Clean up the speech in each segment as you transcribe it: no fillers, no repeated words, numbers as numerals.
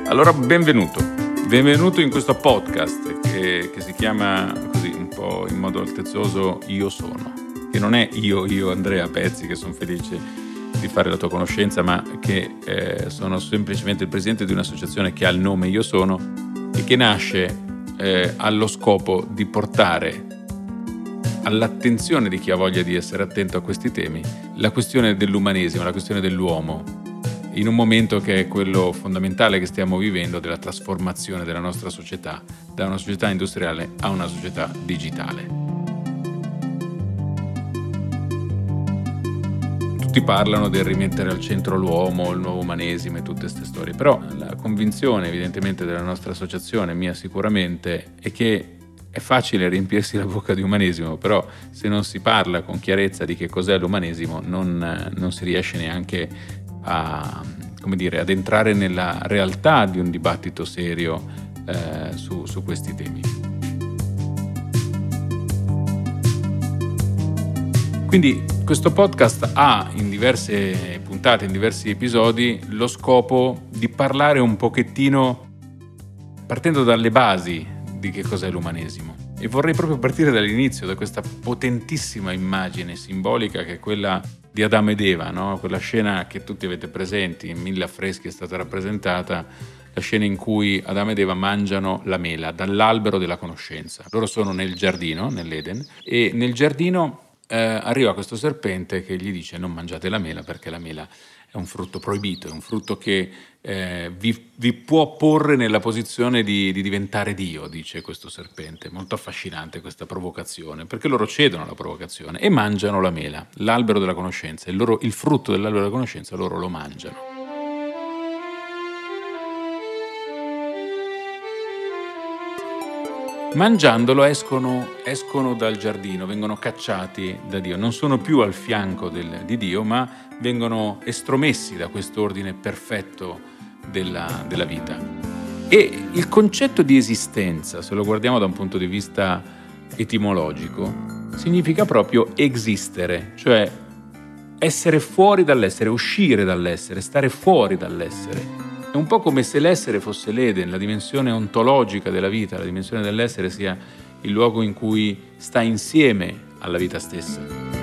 Allora, benvenuto in questo podcast che si chiama così un po' in modo altezzoso Io Sono, che non è io Andrea Pezzi, che sono felice di fare la tua conoscenza, ma che sono semplicemente il presidente di un'associazione che ha il nome Io Sono e che nasce allo scopo di portare all'attenzione di chi ha voglia di essere attento a questi temi la questione dell'umanesimo, la questione dell'uomo, in un momento che è quello fondamentale che stiamo vivendo della trasformazione della nostra società da una società industriale a una società digitale. Tutti parlano del rimettere al centro l'uomo, il nuovo umanesimo e tutte queste storie, però la convinzione evidentemente della nostra associazione, mia sicuramente, è che è facile riempirsi la bocca di umanesimo, però se non si parla con chiarezza di che cos'è l'umanesimo non si riesce neanche ad entrare nella realtà di un dibattito serio su questi temi. Quindi questo podcast ha in diverse puntate, in diversi episodi, lo scopo di parlare un pochettino partendo dalle basi di che cos'è l'umanesimo. E vorrei proprio partire dall'inizio, da questa potentissima immagine simbolica che è quella di Adamo ed Eva, no? Quella scena che tutti avete presenti, in 1000 affreschi è stata rappresentata, la scena in cui Adamo ed Eva mangiano la mela dall'albero della conoscenza. Loro sono nel giardino, nell'Eden, e nel giardino arriva questo serpente che gli dice: non mangiate la mela perché la mela è un frutto proibito, è un frutto che vi può porre nella posizione di diventare Dio, dice questo serpente. Molto affascinante questa provocazione, perché loro cedono alla provocazione e mangiano la mela, l'albero della conoscenza, il frutto dell'albero della conoscenza loro lo mangiano. Mangiandolo escono dal giardino, vengono cacciati da Dio, non sono più al fianco di Dio, ma vengono estromessi da quest'ordine perfetto della vita. E il concetto di esistenza, se lo guardiamo da un punto di vista etimologico, significa proprio existere, cioè essere fuori dall'essere, uscire dall'essere, stare fuori dall'essere. È un po' come se l'essere fosse l'Eden, la dimensione ontologica della vita, la dimensione dell'essere sia il luogo in cui sta insieme alla vita stessa.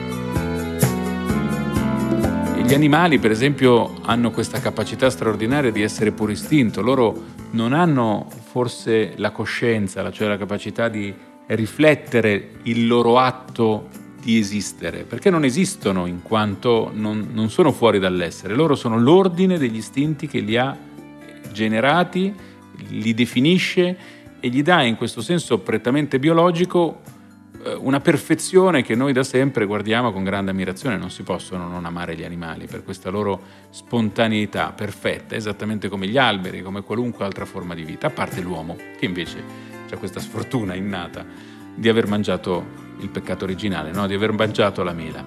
E gli animali, per esempio, hanno questa capacità straordinaria di essere puro istinto. Loro non hanno forse la coscienza, cioè la capacità di riflettere il loro atto di esistere, perché non esistono in quanto non sono fuori dall'essere. Loro sono l'ordine degli istinti che li ha generati, li definisce e gli dà in questo senso prettamente biologico una perfezione che noi da sempre guardiamo con grande ammirazione. Non si possono non amare gli animali per questa loro spontaneità perfetta, esattamente come gli alberi, come qualunque altra forma di vita, a parte l'uomo, che invece ha questa sfortuna innata di aver mangiato il peccato originale, no? Di aver mangiato la mela.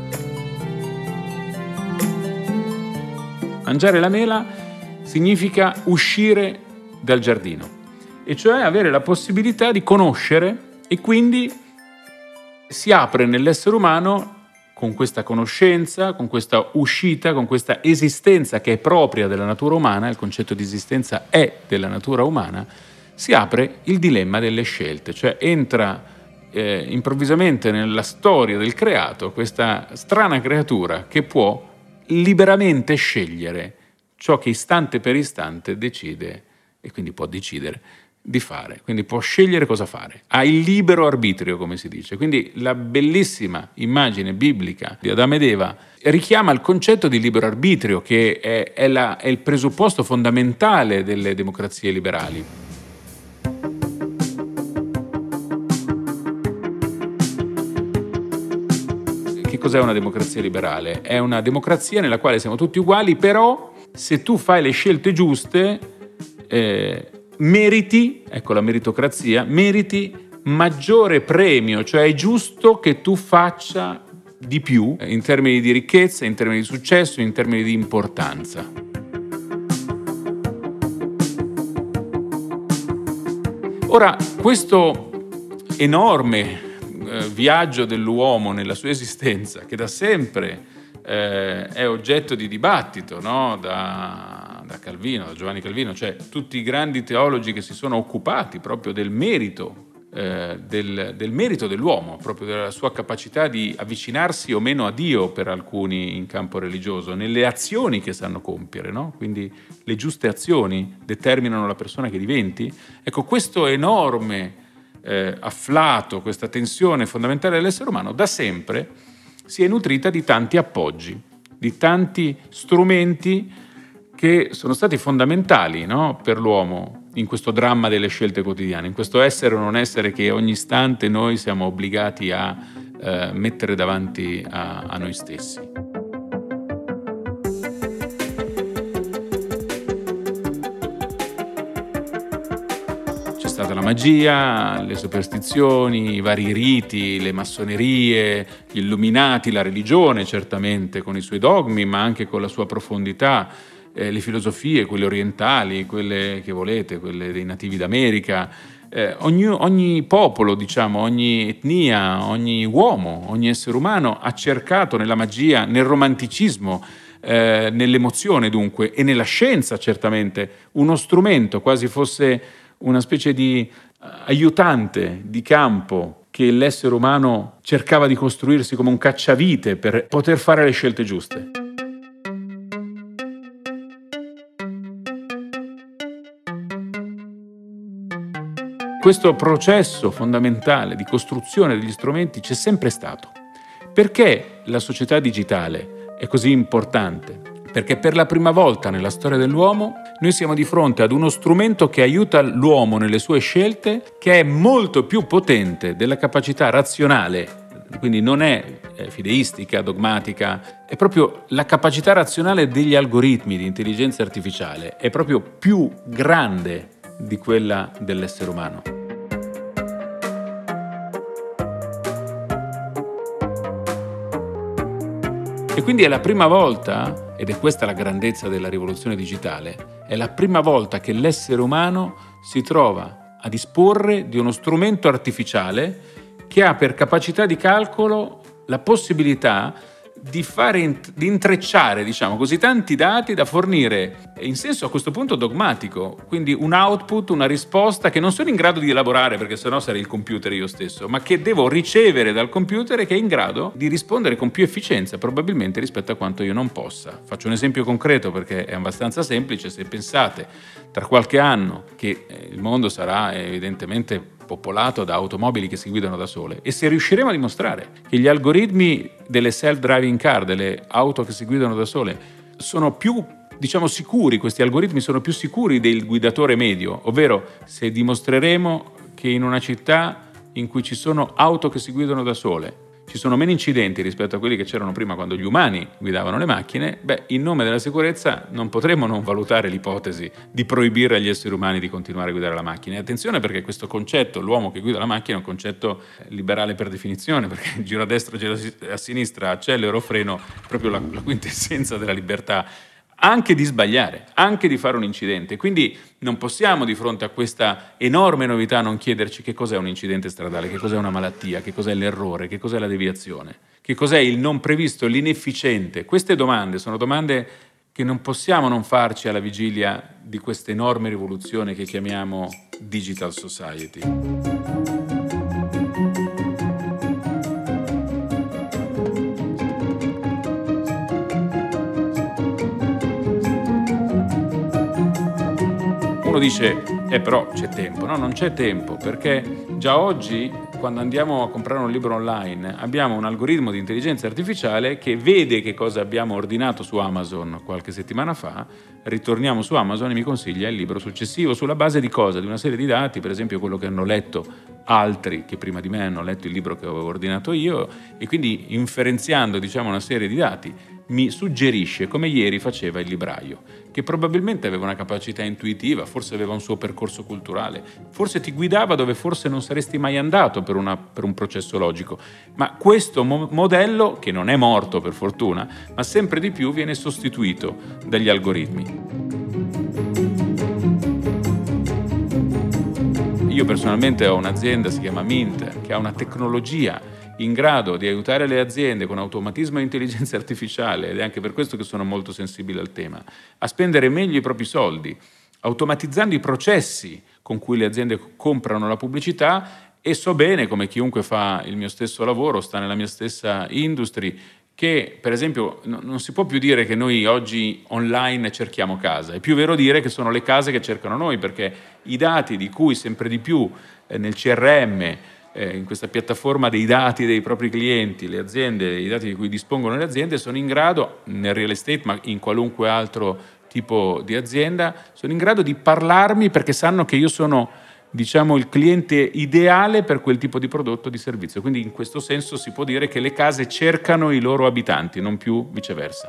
Mangiare la mela significa uscire dal giardino, e cioè avere la possibilità di conoscere, e quindi si apre nell'essere umano con questa conoscenza, con questa uscita, con questa esistenza che è propria della natura umana. Il concetto di esistenza è della natura umana. Si apre il dilemma delle scelte, cioè entra improvvisamente nella storia del creato questa strana creatura che può liberamente scegliere ciò che istante per istante decide, e quindi può decidere di fare, quindi può scegliere cosa fare, ha il libero arbitrio, come si dice. Quindi la bellissima immagine biblica di Adamo ed Eva richiama il concetto di libero arbitrio, che è il presupposto fondamentale delle democrazie liberali. Che cos'è una democrazia liberale? È una democrazia nella quale siamo tutti uguali, però se tu fai le scelte giuste, meriti, ecco la meritocrazia, meriti maggiore premio, cioè è giusto che tu faccia di più in termini di ricchezza, in termini di successo, in termini di importanza. Ora, questo enorme viaggio dell'uomo nella sua esistenza, che da sempre è oggetto di dibattito, no? da Calvino, da Giovanni Calvino, cioè tutti i grandi teologi che si sono occupati proprio del merito dell'uomo, proprio della sua capacità di avvicinarsi o meno a Dio per alcuni in campo religioso, nelle azioni che sanno compiere, no? Quindi le giuste azioni determinano la persona che diventi. Ecco, questo enorme afflato, questa tensione fondamentale dell'essere umano da sempre si è nutrita di tanti appoggi, di tanti strumenti che sono stati fondamentali, no? Per l'uomo in questo dramma delle scelte quotidiane, in questo essere o non essere che ogni istante noi siamo obbligati a mettere davanti a noi stessi. C'è stata la magia, le superstizioni, i vari riti, le massonerie, gli illuminati, la religione certamente con i suoi dogmi, ma anche con la sua profondità, le filosofie, quelle orientali, quelle che volete, quelle dei nativi d'America, ogni popolo, diciamo, ogni etnia, ogni uomo, ogni essere umano ha cercato nella magia, nel romanticismo, nell'emozione dunque e nella scienza certamente, uno strumento, quasi fosse una specie di aiutante di campo che l'essere umano cercava di costruirsi come un cacciavite per poter fare le scelte giuste. Questo processo fondamentale di costruzione degli strumenti c'è sempre stato. Perché la società digitale è così importante? Perché per la prima volta nella storia dell'uomo noi siamo di fronte ad uno strumento che aiuta l'uomo nelle sue scelte, che è molto più potente della capacità razionale, quindi non è fideistica, dogmatica, è proprio la capacità razionale degli algoritmi di intelligenza artificiale, è proprio più grande di quella dell'essere umano. E quindi è la prima volta, ed è questa la grandezza della rivoluzione digitale, è la prima volta che l'essere umano si trova a disporre di uno strumento artificiale che ha per capacità di calcolo la possibilità di intrecciare, diciamo così, tanti dati da fornire in senso a questo punto dogmatico, quindi un output, una risposta che non sono in grado di elaborare perché sennò sarei il computer io stesso, ma che devo ricevere dal computer e che è in grado di rispondere con più efficienza probabilmente rispetto a quanto io non possa. Faccio un esempio concreto perché è abbastanza semplice. Se pensate tra qualche anno che il mondo sarà evidentemente popolato da automobili che si guidano da sole, e se riusciremo a dimostrare che gli algoritmi delle self-driving car, delle auto che si guidano da sole, sono più, diciamo, sicuri, questi algoritmi sono più sicuri del guidatore medio, ovvero se dimostreremo che in una città in cui ci sono auto che si guidano da sole ci sono meno incidenti rispetto a quelli che c'erano prima quando gli umani guidavano le macchine, in nome della sicurezza non potremmo non valutare l'ipotesi di proibire agli esseri umani di continuare a guidare la macchina. E attenzione, perché questo concetto, l'uomo che guida la macchina, è un concetto liberale per definizione, perché giro a destra, giro a sinistra, accelero, freno, proprio la quintessenza della libertà, anche di sbagliare, anche di fare un incidente. Quindi non possiamo, di fronte a questa enorme novità, non chiederci che cos'è un incidente stradale, che cos'è una malattia, che cos'è l'errore, che cos'è la deviazione, che cos'è il non previsto, l'inefficiente. Queste domande sono domande che non possiamo non farci alla vigilia di questa enorme rivoluzione che chiamiamo Digital Society. Uno dice, però c'è tempo. No, non c'è tempo, perché già oggi, quando andiamo a comprare un libro online, abbiamo un algoritmo di intelligenza artificiale che vede che cosa abbiamo ordinato su Amazon qualche settimana fa, ritorniamo su Amazon e mi consiglia il libro successivo, sulla base di cosa? Di una serie di dati, per esempio quello che hanno letto altri che prima di me hanno letto il libro che avevo ordinato io, e quindi inferenziando, diciamo, una serie di dati, mi suggerisce, come ieri faceva il libraio, che probabilmente aveva una capacità intuitiva, forse aveva un suo percorso culturale, forse ti guidava dove forse non saresti mai andato per un processo logico. Ma questo modello, che non è morto per fortuna, ma sempre di più viene sostituito dagli algoritmi. Io personalmente ho un'azienda, si chiama Mint, che ha una tecnologia in grado di aiutare le aziende con automatismo e intelligenza artificiale, ed è anche per questo che sono molto sensibile al tema, a spendere meglio i propri soldi, automatizzando i processi con cui le aziende comprano la pubblicità, e so bene, come chiunque fa il mio stesso lavoro, sta nella mia stessa industry, che per esempio non si può più dire che noi oggi online cerchiamo casa, è più vero dire che sono le case che cercano noi, perché i dati di cui sempre di più nel CRM, in questa piattaforma dei dati dei propri clienti, le aziende, i dati di cui dispongono le aziende, sono in grado, nel real estate ma in qualunque altro tipo di azienda, sono in grado di parlarmi perché sanno che io sono, diciamo, il cliente ideale per quel tipo di prodotto o di servizio. Quindi in questo senso si può dire che le case cercano i loro abitanti, non più viceversa.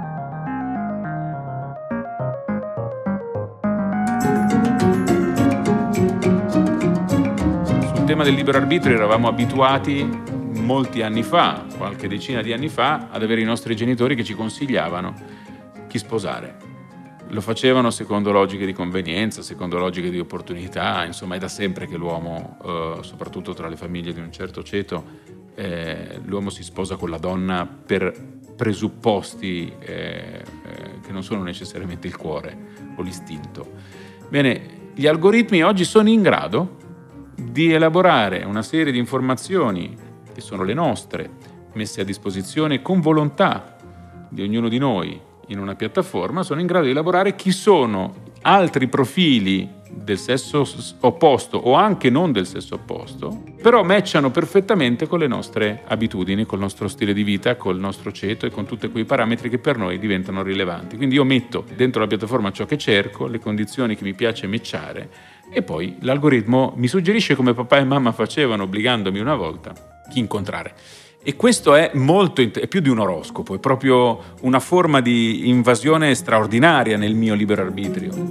Sul tema del libero arbitrio eravamo abituati molti anni fa, qualche decina di anni fa, ad avere i nostri genitori che ci consigliavano chi sposare. Lo facevano secondo logiche di convenienza, secondo logiche di opportunità, insomma è da sempre che l'uomo, soprattutto tra le famiglie di un certo ceto, l'uomo si sposa con la donna per presupposti che non sono necessariamente il cuore o l'istinto. Bene, gli algoritmi oggi sono in grado di elaborare una serie di informazioni che sono le nostre, messe a disposizione con volontà di ognuno di noi, in una piattaforma, sono in grado di elaborare chi sono altri profili del sesso opposto o anche non del sesso opposto, però matchano perfettamente con le nostre abitudini, col nostro stile di vita, col nostro ceto e con tutti quei parametri che per noi diventano rilevanti. Quindi io metto dentro la piattaforma ciò che cerco, le condizioni che mi piace matchare, e poi l'algoritmo mi suggerisce, come papà e mamma facevano obbligandomi una volta, chi incontrare. E questo è più di un oroscopo, è proprio una forma di invasione straordinaria nel mio libero arbitrio.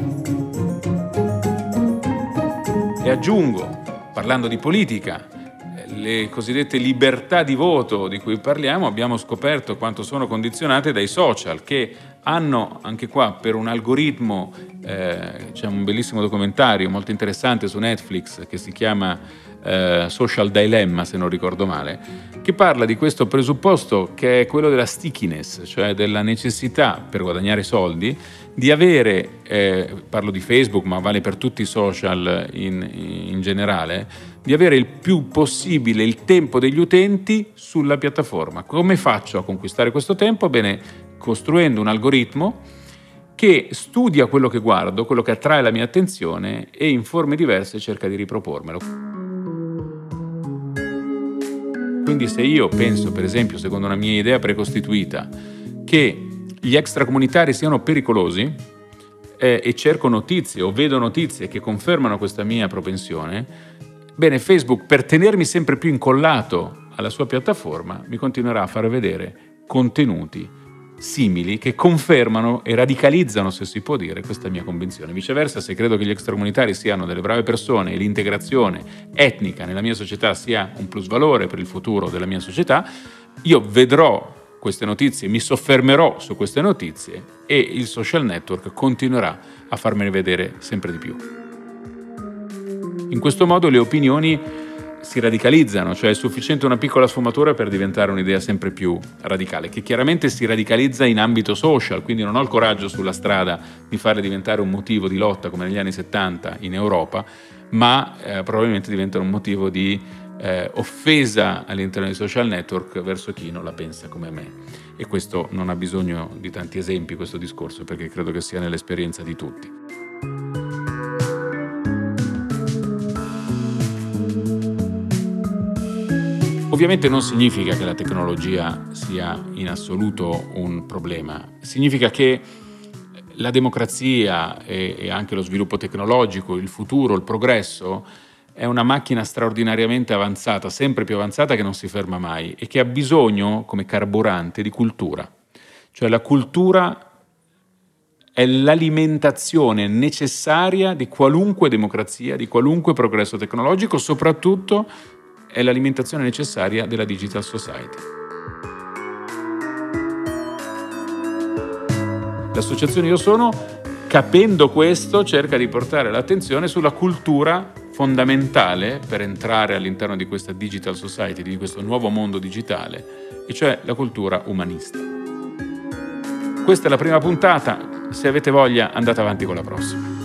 E aggiungo, parlando di politica, le cosiddette libertà di voto di cui parliamo, abbiamo scoperto quanto sono condizionate dai social, che hanno anche qua per un algoritmo, c'è un bellissimo documentario molto interessante su Netflix che si chiama Social Dilemma, se non ricordo male, che parla di questo presupposto che è quello della stickiness, cioè della necessità per guadagnare soldi di avere, parlo di Facebook ma vale per tutti i social in generale, di avere il più possibile il tempo degli utenti sulla piattaforma. Come faccio a conquistare questo tempo? Bene, costruendo un algoritmo che studia quello che guardo, quello che attrae la mia attenzione e in forme diverse cerca di ripropormelo. Quindi se io penso, per esempio, secondo una mia idea precostituita, che gli extracomunitari siano pericolosi e cerco notizie o vedo notizie che confermano questa mia propensione, bene, Facebook, per tenermi sempre più incollato alla sua piattaforma, mi continuerà a far vedere contenuti simili che confermano e radicalizzano, se si può dire, questa mia convinzione. Viceversa, se credo che gli extracomunitari siano delle brave persone e l'integrazione etnica nella mia società sia un plusvalore per il futuro della mia società, io vedrò queste notizie, mi soffermerò su queste notizie e il social network continuerà a farmene vedere sempre di più. In questo modo le opinioni si radicalizzano, cioè è sufficiente una piccola sfumatura per diventare un'idea sempre più radicale, che chiaramente si radicalizza in ambito social, quindi non ho il coraggio sulla strada di farle diventare un motivo di lotta come negli anni 70 in Europa, ma probabilmente diventa un motivo di offesa all'interno dei social network verso chi non la pensa come me. E questo non ha bisogno di tanti esempi, questo discorso, perché credo che sia nell'esperienza di tutti. Ovviamente non significa che la tecnologia sia in assoluto un problema, significa che la democrazia e anche lo sviluppo tecnologico, il futuro, il progresso è una macchina straordinariamente avanzata, sempre più avanzata, che non si ferma mai e che ha bisogno, come carburante, di cultura. Cioè la cultura è l'alimentazione necessaria di qualunque democrazia, di qualunque progresso tecnologico, soprattutto è l'alimentazione necessaria della digital society. L'associazione Io Sono, capendo questo, cerca di portare l'attenzione sulla cultura fondamentale per entrare all'interno di questa digital society, di questo nuovo mondo digitale, e cioè la cultura umanista. Questa è la prima puntata, se avete voglia andate avanti con la prossima.